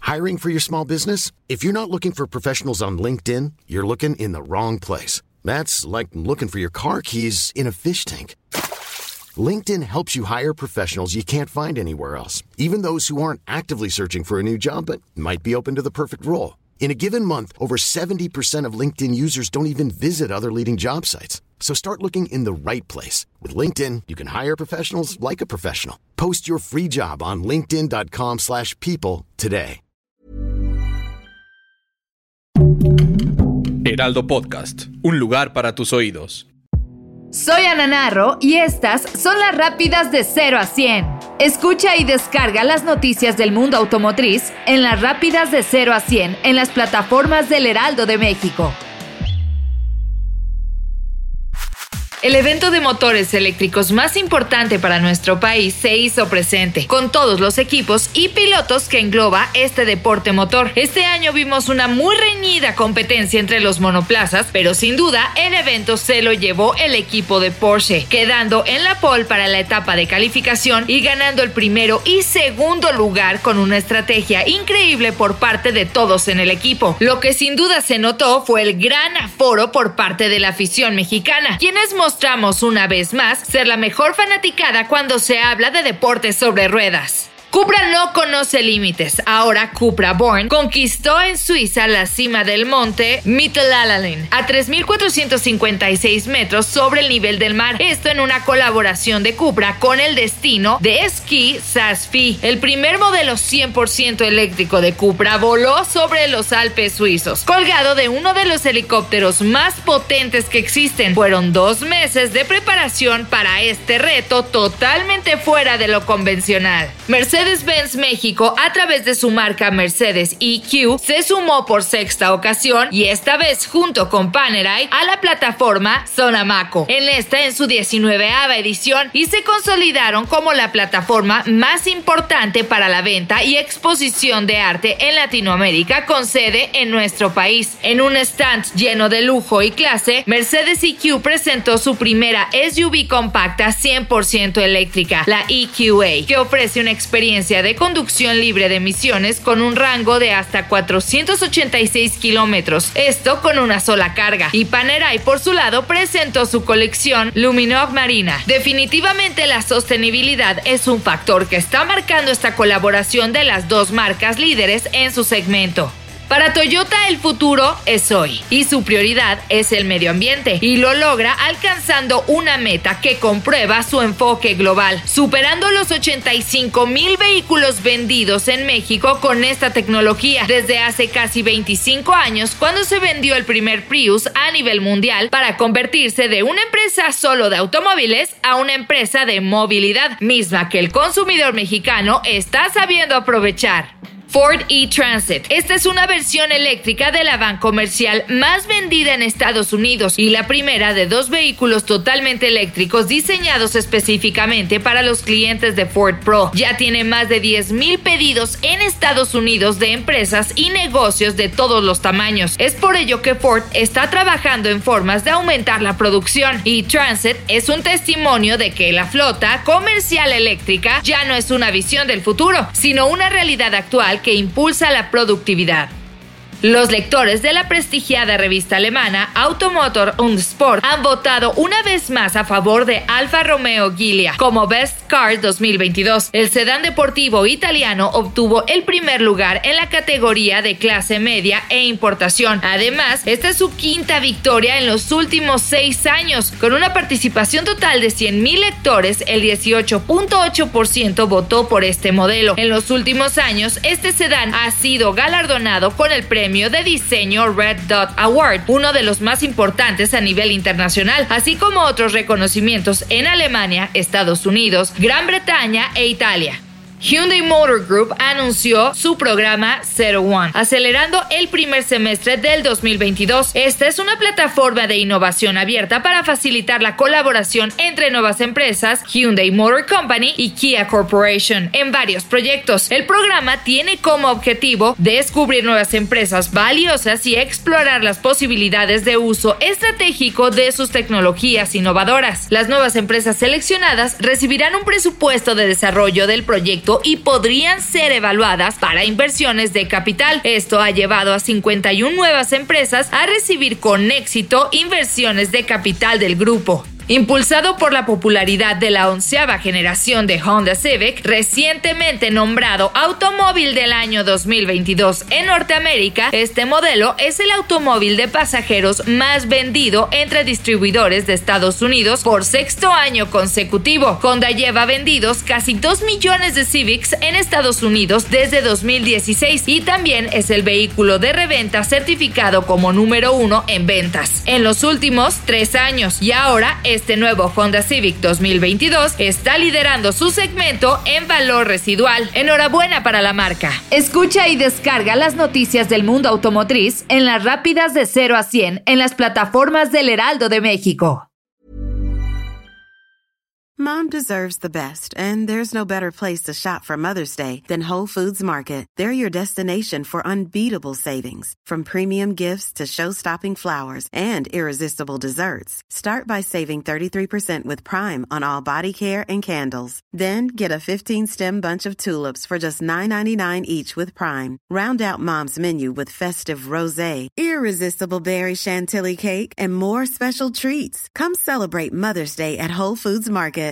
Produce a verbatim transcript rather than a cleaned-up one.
Hiring for your small business? If you're not looking for professionals on LinkedIn, you're looking in the wrong place. That's like looking for your car keys in a fish tank. LinkedIn helps you hire professionals you can't find anywhere else, even those who aren't actively searching for a new job but might be open to the perfect role. In a given month, over seventy percent of LinkedIn users don't even visit other leading job sites. So start looking in the right place. With LinkedIn, you can hire professionals like a professional. Post your free job on linkedin dot com slash people today. Heraldo Podcast, un lugar para tus oídos. Soy Ana Narro y estas son las rápidas de cero a cien. Escucha y descarga las noticias del mundo automotriz en las rápidas de cero a cien en las plataformas del Heraldo de México. El evento de motores eléctricos más importante para nuestro país se hizo presente, con todos los equipos y pilotos que engloba este deporte motor. Este año vimos una muy reñida competencia entre los monoplazas, pero sin duda el evento se lo llevó el equipo de Porsche, quedando en la pole para la etapa de calificación y ganando el primero y segundo lugar con una estrategia increíble por parte de todos en el equipo. Lo que sin duda se notó fue el gran aforo por parte de la afición mexicana, quienes mostramos una vez más ser la mejor fanaticada cuando se habla de deportes sobre ruedas. Cupra no conoce límites. Ahora Cupra Born conquistó en Suiza la cima del monte Mittelallen a tres mil cuatrocientos cincuenta y seis metros sobre el nivel del mar. Esto en una colaboración de Cupra con el destino de esquí Saas-Fee. El primer modelo cien por ciento eléctrico de Cupra voló sobre los Alpes suizos, colgado de uno de los helicópteros más potentes que existen. Fueron dos meses de preparación para este reto totalmente fuera de lo convencional. Mercedes Mercedes-Benz México, a través de su marca Mercedes E Q, se sumó por sexta ocasión y esta vez junto con Panerai a la plataforma Sonamaco, en esta en su diecinueveava edición, y se consolidaron como la plataforma más importante para la venta y exposición de arte en Latinoamérica, con sede en nuestro país. En un stand lleno de lujo y clase, Mercedes E Q presentó su primera S U V compacta cien por ciento eléctrica, la E Q A, que ofrece una experiencia de conducción libre de emisiones con un rango de hasta cuatrocientos ochenta y seis kilómetros, esto con una sola carga. Y Panerai, por su lado, presentó su colección Luminor Marina. Definitivamente la sostenibilidad es un factor que está marcando esta colaboración de las dos marcas líderes en su segmento. Para Toyota el futuro es hoy y su prioridad es el medio ambiente, y lo logra alcanzando una meta que comprueba su enfoque global, superando los ochenta y cinco mil vehículos vendidos en México con esta tecnología desde hace casi veinticinco años, cuando se vendió el primer Prius a nivel mundial, para convertirse de una empresa solo de automóviles a una empresa de movilidad, misma que el consumidor mexicano está sabiendo aprovechar. Ford E-Transit. Esta es una versión eléctrica de la van comercial más vendida en Estados Unidos y la primera de dos vehículos totalmente eléctricos diseñados específicamente para los clientes de Ford Pro. Ya tiene más de diez mil pedidos en Estados Unidos de empresas y negocios de todos los tamaños. Es por ello que Ford está trabajando en formas de aumentar la producción. E-Transit es un testimonio de que la flota comercial eléctrica ya no es una visión del futuro, sino una realidad actual que impulsa la productividad. Los lectores de la prestigiada revista alemana Automotor und Sport han votado una vez más a favor de Alfa Romeo Giulia como Best Car dos mil veintidós. El sedán deportivo italiano obtuvo el primer lugar en la categoría de clase media e importación. Además, esta es su quinta victoria en los últimos seis años. Con una participación total de cien mil lectores, el dieciocho punto ocho por ciento votó por este modelo. En los últimos años, este sedán ha sido galardonado con el premio de diseño Red Dot Award, uno de los más importantes a nivel internacional, así como otros reconocimientos en Alemania, Estados Unidos, Gran Bretaña e Italia. Hyundai Motor Group anunció su programa Zero One, acelerando el primer semestre del dos mil veintidós. Esta es una plataforma de innovación abierta para facilitar la colaboración entre nuevas empresas, Hyundai Motor Company y Kia Corporation, en varios proyectos. El programa tiene como objetivo descubrir nuevas empresas valiosas y explorar las posibilidades de uso estratégico de sus tecnologías innovadoras. Las nuevas empresas seleccionadas recibirán un presupuesto de desarrollo del proyecto producto y podrían ser evaluadas para inversiones de capital. Esto ha llevado a cincuenta y una nuevas empresas a recibir con éxito inversiones de capital del grupo. Impulsado por la popularidad de la onceava generación de Honda Civic, recientemente nombrado Automóvil del año dos mil veintidós en Norteamérica, este modelo es el automóvil de pasajeros más vendido entre distribuidores de Estados Unidos por sexto año consecutivo. Honda lleva vendidos casi dos millones de Civics en Estados Unidos desde dos mil dieciséis y también es el vehículo de reventa certificado como número uno en ventas en los últimos tres años, y ahora es Este nuevo Honda Civic dos mil veintidós está liderando su segmento en valor residual. Enhorabuena para la marca. Escucha y descarga las noticias del mundo automotriz en las rápidas de cero a cien en las plataformas del Heraldo de México. Mom deserves the best, and there's no better place to shop for Mother's Day than Whole Foods Market. They're your destination for unbeatable savings, from premium gifts to show-stopping flowers and irresistible desserts. Start by saving thirty-three percent with Prime on all body care and candles. Then get a fifteen-stem bunch of tulips for just nine ninety-nine each with Prime. Round out Mom's menu with festive rosé, irresistible berry chantilly cake, and more special treats. Come celebrate Mother's Day at Whole Foods Market.